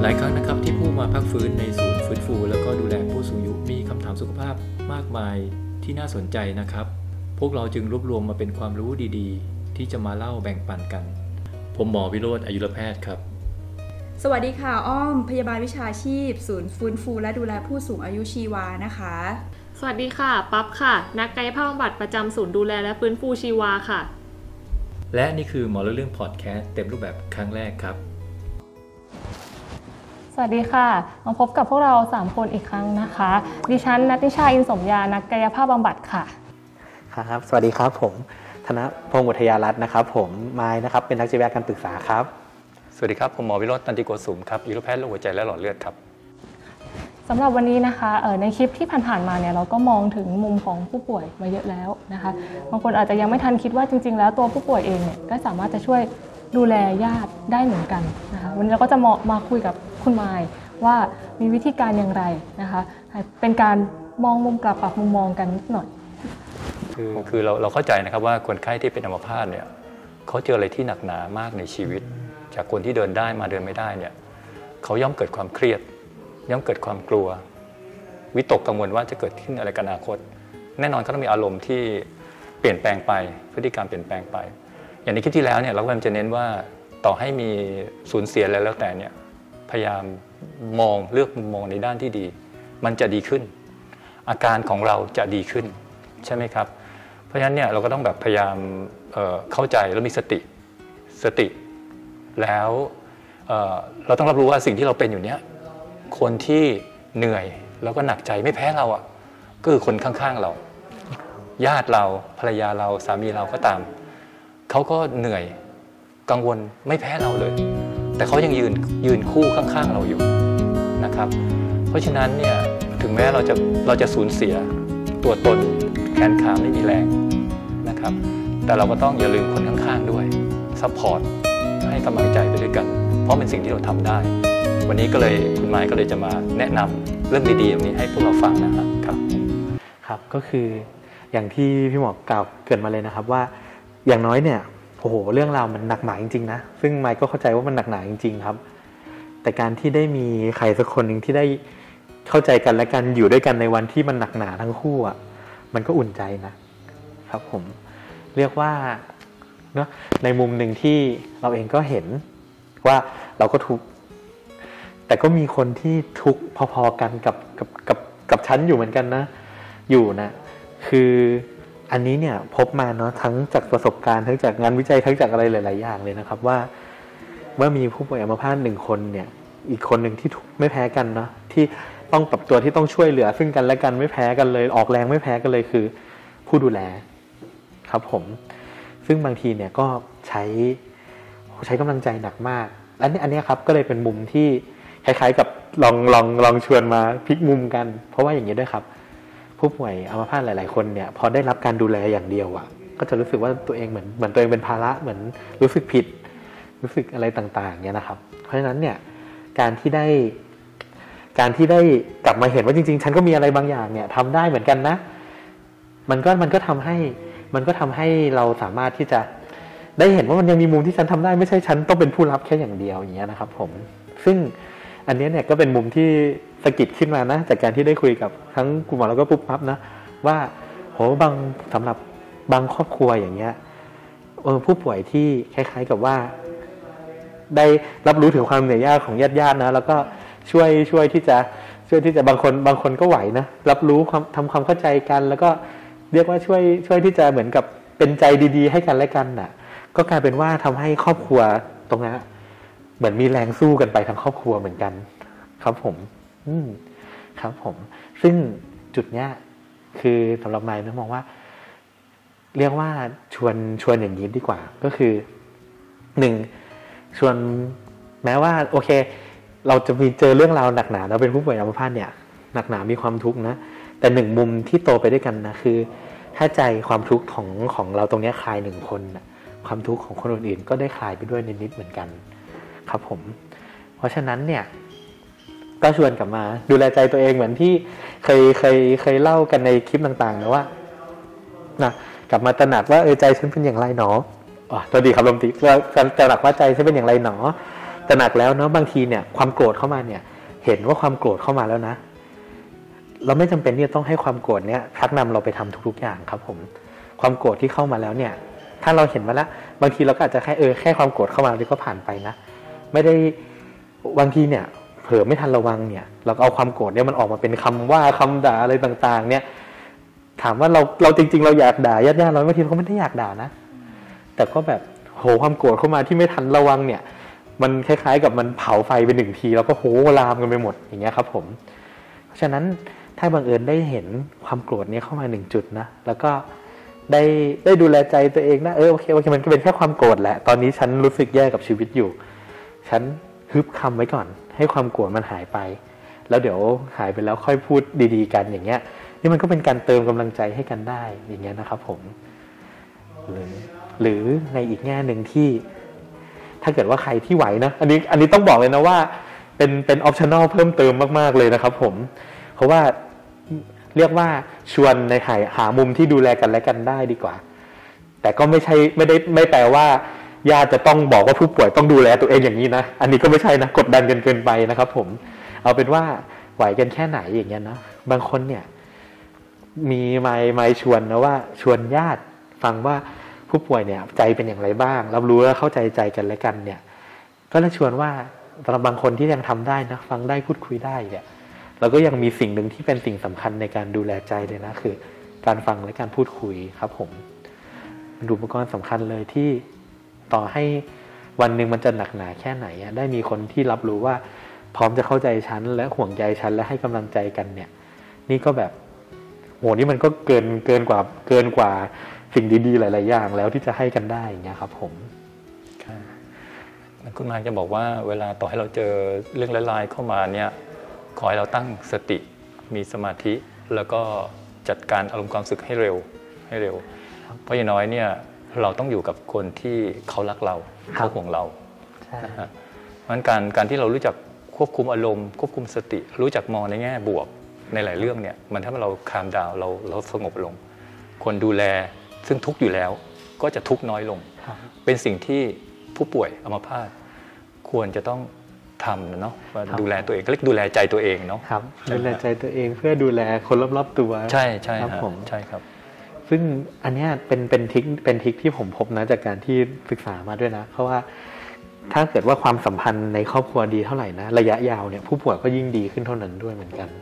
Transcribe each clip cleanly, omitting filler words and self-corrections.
หลายครั้งนะครับที่ผู้มาพักฟื้นในศูนย์ฟื้นฟูแล้วก็ดูแลผู้สูงอายุมีคำถามสุขภาพมากมายที่น่าสนใจนะครับพวกเราจึงรวบรวมมาเป็นความรู้ดีๆที่จะมาเล่าแบ่งปันกันผมหมอวิโรจน์อายุรแพทย์ครับสวัสดีค่ะอ้อมพยาบาลวิชาชีพศูนย์ฟื้นฟูและดูแลผู้สูงอายุชีวานะคะสวัสดีค่ะปั๊บค่ะนักกายภาพบำบัดประจำศูนย์ดูแลและฟื้นฟูชีวาค่ะและนี่คือหมอเรื่องพอดแคสต์เต็มรูปแบบครั้งแรกครับสวัสดีค่ะมาพบกับพวกเรา3คนอีกครั้งนะคะดิฉันณัฐนิชาอินสมญานักกายภาพบำบัดค่ะครับสวัสดีครับผมธนพงศ์อุทยารัตน์นะครับผมไม้นะครับเป็นนักจิตวิทยาการปรึกษาครับสวัสดีครับผมหมอวิโรจน์ตันติโกสุมครับอายุรแพทย์โรคหัวใจและหลอดเลือดครับสำหรับวันนี้นะคะในคลิปที่ผ่านๆมาเนี่ยเราก็มองถึงมุมของผู้ป่วยมาเยอะแล้วนะคะบางคนอาจจะยังไม่ทันคิดว่าจริงๆแล้วตัวผู้ป่วยเองเนี่ยก็สามารถจะช่วยดูแลญาติได้เหมือนกันนะคะวันนี้เราก็จะมาคุยกับคุณไมค์ว่ามีวิธีการอย่างไรนะคะเป็นการมองมุมกลับปรับมุมมองกันนิดหน่อยคือเราเข้าใจนะครับว่าคนไข้ที่เป็นอัมพาตเนี่ยเขาเจออะไรที่หนักหนามากในชีวิตจากคนที่เดินได้มาเดินไม่ได้เนี่ยเขาย่อมเกิดความเครียดย่อมเกิดความกลัววิตกกังวลว่าจะเกิดขึ้นอะไรกับอนาคตแน่นอนเขาต้องมีอารมณ์ที่เปลี่ยนแปลงไปพฤติกรรมเปลี่ยนแปลงไปอย่างในคลิปที่แล้วเนี่ยเราก็จะเน้นว่าต่อให้มีสูญเสียแล้วแต่เนี่ยพยายามเลือกมุมมองในด้านที่ดีมันจะดีขึ้นอาการของเราจะดีขึ้นใช่ไหมครับเพราะฉะนั้นเนี่ยเราก็ต้องแบบพยายามเข้าใจแล้วมีสติแล้วเราต้องรับรู้ว่าสิ่งที่เราเป็นอยู่เนี้ยคนที่เหนื่อยแล้วก็หนักใจไม่แพ้เราอ่ะก็คือคนข้างๆเราญาติเราภรรยาเราสามีเราก็ตามเขาก็เหนื่อยกังวลไม่แพ้เราเลยแต่เขายังยืนคู่ข้างๆเราอยู่นะครับเพราะฉะนั้นเนี่ยถึงแม้เราจะสูญเสียตัวตนแขนขาไม่มีแรงนะครับแต่เราก็ต้องอย่าลืมคนข้างๆด้วยซัพพอร์ตให้กำลังใจไปด้วยกันเพราะเป็นสิ่งที่เราทำได้วันนี้คุณไมค์ก็เลยจะมาแนะนำเรื่องดีๆแบบนี้ให้พวกเราฟังนะครับครับก็คืออย่างที่พี่หมอกล่าวเกิดมาเลยนะครับว่าอย่างน้อยเนี่ยโอ้โหเรื่องราวมันหนักหนาจริงๆนะซึ่งไมค์ก็เข้าใจว่ามันหนักหนาจริงๆครับแต่การที่ได้มีใครสักคนหนึ่งที่ได้เข้าใจกันและกันอยู่ด้วยกันในวันที่มันหนักหนาทั้งคู่อ่ะมันก็อุ่นใจนะครับผมเรียกว่าเนาะในมุมหนึ่งที่เราเองก็เห็นว่าเราก็ทุกข์แต่ก็มีคนที่ทุกข์พอๆกันกับฉันอยู่เหมือนกันนะอยู่นะคืออันนี้เนี่ยพบมาเนาะทั้งจากประสบการณ์ทั้งจากงานวิจัยทั้งจากอะไรหลายๆอย่างเลยนะครับว่าเมื่อมีผู้ป่วยอัมพาต1คนเนี่ยอีกคนหนึ่งที่ทุกข์ไม่แพ้กันเนาะที่ต้องปรับตัวที่ต้องช่วยเหลือซึ่งกันและกันไม่แพ้กันเลยออกแรงไม่แพ้กันเลยคือผู้ดูแลครับผมซึ่งบางทีเนี่ยก็ใช้กำลังใจหนักมากอันนี้ครับก็เลยเป็นมุมที่คล้ายๆกับลองชวนมาพลิกมุมกันเพราะว่าอย่างนี้ด้วยครับผู้ป่วยอัมพาตหลายๆคนเนี่ยพอได้รับการดูแลอย่างเดียวอ่ะก็จะรู้สึกว่าตัวเองเหมือนตัวเองเป็นภาระเหมือนรู้สึกผิดรู้สึกอะไรต่างๆเนี่ยนะครับเพราะฉะนั้นเนี่ยการที่ได้กลับมาเห็นว่าจริงๆฉันก็มีอะไรบางอย่างเนี่ยทำได้เหมือนกันนะมันก็ทำให้เราสามารถที่จะได้เห็นว่ามันยังมีมุมที่ฉันทำได้ไม่ใช่ฉันต้องเป็นผู้รับแค่อย่างเดียวอย่างเงี้ยนะครับผมซึ่งอันนี้เนี่ยก็เป็นมุมที่สะกิดขึ้นมานะจากการที่ได้คุยกับทั้งคุณหมอแล้วก็ปุ๊บปั๊บนะว่าโหสำหรับบางครอบครัวอย่างเงี้ยผู้ป่วยที่คล้ายๆกับว่าได้รับรู้ถึงความเหนื่อยยากของญาติๆนะแล้วก็ช่วยที่จะบางคนก็ไหวนะรับรู้ทำความเข้าใจกันแล้วก็เรียกว่าช่วยที่จะเหมือนกับเป็นใจดีๆให้กันและกันน่ะก็กลายเป็นว่าทำให้ครอบครัวตรงนั้นเหมือนมีแรงสู้กันไปทั้งครอบครัวเหมือนกันครับผมครับผมซึ่งจุดเนี้ยคือสำหรับนายนะมองว่าเรียกว่าชวนอย่างนี้ดีกว่าก็คือ1ชวนแม้ว่าโอเคเราจะมีเจอเรื่องราวหนักหนาแล้วเป็นผู้ป่วยอัมพาตเนี่ยหนักหนามีความทุกข์นะแต่1มุมที่โตไปด้วยกันนะคือถ้าใจความทุกข์ของเราตรงนี้คลาย1คนนะความทุกข์ของคนอื่นๆก็ได้คลายไปด้วยนิดๆเหมือนกันครับผมเพราะฉะนั้นเนี่ยก็ชวนกลับมาดูแลใจตัวเองเหมือนที่เคยเล่ากันในคลิปต่างๆนะว่านะกลับมาตระหนักว่าใจฉันเป็นอย่างไรหนอตัวดีครับลมติว่าตระหนักว่าใจฉันเป็นอย่างไรหนอแแต่หนักแล้วเนาะบางทีเนี่ยความโกรธเข้ามาเนี่ยเห็นว่าความโกรธเข้ามาแล้วนะเราไม่จำเป็นที่จะต้องให้ความโกรธเนี่ยชักนำเราไปทำทุกๆอย่างครับผมความโกรธที่เข้ามาแล้วเนี่ยถ้าเราเห็นมาแล้วบางทีเราก็อาจจะแค่ความโกรธเข้ามาแล้วก็ผ่านไปนะไม่ได้บางทีเนี่ยเผลอไม่ทันระวังเนี่ยเราก็เอาความโกรธเนี่ยมันออกมาเป็นคำว่าคำด่าอะไรต่างๆเนี่ยถามว่าเราจริงๆเราอยากด่าญาติๆเราบางทีเราก็ไม่ได้อยากด่านะแต่ก็แบบโหความโกรธเข้ามาที่ไม่ทันระวังเนี่ยมันคล้ายๆกับมันเผาไฟไป1 ทีแล้วก็โหลามกันไปหมดอย่างเงี้ยครับผมเพราะฉะนั้นถ้าบังเอิญได้เห็นความโกรธนี้เข้ามา1 จุดนะแล้วก็ได้ดูแลใจตัวเองนะโอเคมันก็เป็นแค่ความโกรธแหละตอนนี้ฉันรู้สึกแย่กับชีวิตอยู่ฉันฮึบคำไว้ก่อนให้ความโกรธมันหายไปแล้วเดี๋ยวหายไปแล้วค่อยพูดดีๆกันอย่างเงี้ยนี่มันก็เป็นการเติมกำลังใจให้กันได้อย่างเงี้ยนะครับผมหรือในอีกแง่หนึ่งที่ถ้าเกิดว่าใครที่ไหวนะอันนี้ต้องบอกเลยนะว่าเป็นออปชั่นอลเพิ่มเติมมากๆเลยนะครับผมเพราะว่าเรียกว่าชวนในหามุมที่ดูแลกันและกันได้ดีกว่าแต่ก็ไม่แปลว่าญาติจะต้องบอกว่าผู้ป่วยต้องดูแลตัวเองอย่างนี้นะอันนี้ก็ไม่ใช่นะกดดันกันเกินไปนะครับผมเอาเป็นว่าไหวกันแค่ไหนอย่างเงี้ยนะบางคนเนี่ยมีไมชวนนะว่าชวนญาติฟังว่าผู้ป่วยเนี่ยใจเป็นอย่างไรบ้างรับรู้และเข้าใจกันและกันเนี่ยก็เลยชวนว่าสำหรับบางคนที่ยังทำได้นะฟังได้พูดคุยได้เนี่ยเราก็ยังมีสิ่งหนึ่งที่เป็นสิ่งสำคัญในการดูแลใจเลยนะคือการฟังและการพูดคุยครับผมเป็นอุปกรณ์สำคัญเลยที่ต่อให้วันหนึ่งมันจะหนักหนาแค่ไหนได้มีคนที่รับรู้ว่าพร้อมจะเข้าใจฉันและห่วงใยฉันและให้กำลังใจกันเนี่ยนี่ก็แบบโหนี่มันก็เกินกว่าสิ่งดีๆหลายๆอย่างแล้วที่จะให้กันได้อย่างเงี้ยครับผมคุณมาจะบอกว่าเวลาต่อให้เราเจอเรื่องร้ายๆเข้ามาเนี่ยขอให้เราตั้งสติมีสมาธิแล้วก็จัดการอารมณ์ความรู้สึกให้เร็วเพราะอย่างน้อยเนี่ยเราต้องอยู่กับคนที่เขารักเราเขาห่วงเรานะฮะเพราะฉะนั้นการที่เรารู้จักควบคุมอารมณ์ควบคุมสติรู้จักมองในแง่บวกในหลายเรื่องเนี่ยมันทำให้เราคามดาวเราสงบลงคนดูแลซึ่งทุกข์อยู่แล้วก็จะทุกข์น้อยลงเป็นสิ่งที่ผู้ป่วยอัมพาตควรจะต้องทำนะเนาะว่าดูแลตัวเองเรียกดูแลใจตัวเองเนาะครับดูแลใจตัวเองเพื่อดูแลคนรอบๆตัวใช่ครับผมใช่ครับซึ่งอันนี้เป็นทริคที่ผมพบนะจากการที่ศึกษามาด้วยนะเพราะว่าถ้าเกิดว่าความสัมพันธ์ในครอบครัวดีเท่าไหร่นะระยะยาวเนี่ยผู้ป่วยก็ยิ่งดีขึ้นเท่านั้นด้วยเหมือนกัน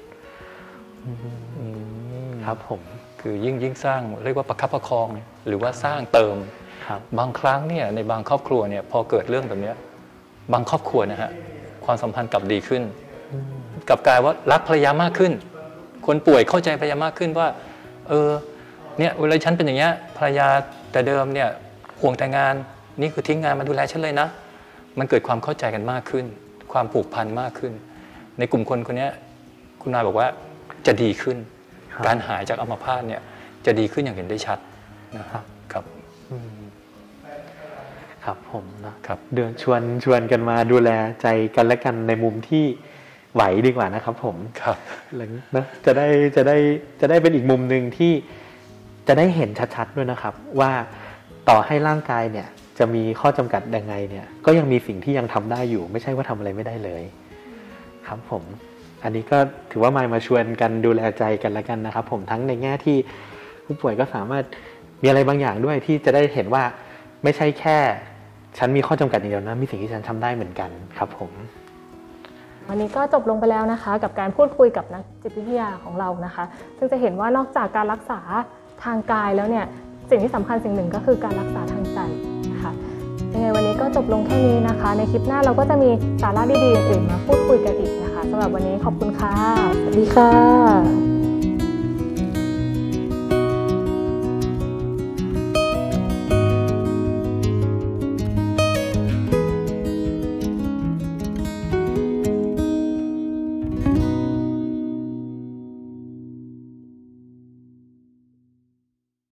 ครับผมคือยิ่งสร้างเรียกว่าประคับประคองหรือว่าสร้างเติมบางครั้งเนี่ยในบางครอบครัวเนี่ยพอเกิดเรื่องแบบนี้บางครอบครัวนะฮะความสัมพันธ์กลับดีขึ้นกลับกลายว่ารักภรรยามากขึ้นคนป่วยเข้าใจภรรยามากขึ้นว่าเนี่ยเวลาฉันเป็นอย่างเงี้ยภรรยาแต่เดิมเนี่ยห่วงแต่งานนี่คือทิ้งงานมาดูแลฉันเลยนะมันเกิดความเข้าใจกันมากขึ้นความผูกพันมากขึ้นในกลุ่มคนนี้คุณนายบอกว่าจะดีขึ้นการหายจากอัมพาตเนี่ยจะดีขึ้นอย่างเห็นได้ชัดนะครับครับผมนะครับเดินชวนกันมาดูแลใจกันและกันในมุมที่ไหวดีกว่านะครับผมครับนะจะได้เป็นอีกมุมนึงที่จะได้เห็นชัดๆด้วยนะครับว่าต่อให้ร่างกายเนี่ยจะมีข้อจำกัดยังไงเนี่ยก็ยังมีสิ่งที่ยังทำได้อยู่ไม่ใช่ว่าทำอะไรไม่ได้เลยครับผมอันนี้ก็ถือว่ามาชวนกันดูแลใจกันและกันนะครับผมทั้งในแง่ที่ผู้ป่วยก็สามารถมีอะไรบางอย่างด้วยที่จะได้เห็นว่าไม่ใช่แค่ฉันมีข้อจำกัดอย่างเดียวนะมีสิ่งที่ฉันทำได้เหมือนกันครับผมวันนี้ก็จบลงไปแล้วนะคะกับการพูดคุยกับนักจิตวิทยาของเรานะคะซึ่งจะเห็นว่านอกจากการรักษาทางกายแล้วเนี่ยสิ่งที่สำคัญสิ่งหนึ่งก็คือการรักษาทางใจนะคะยังไงวันนี้ก็จบลงแค่นี้นะคะในคลิปหน้าเราก็จะมีสาระดีๆอื่นๆมาพูดคุยกันอีกนะคะสำหรับวันนี้ขอบคุณค่ะสวัสดีค่ะ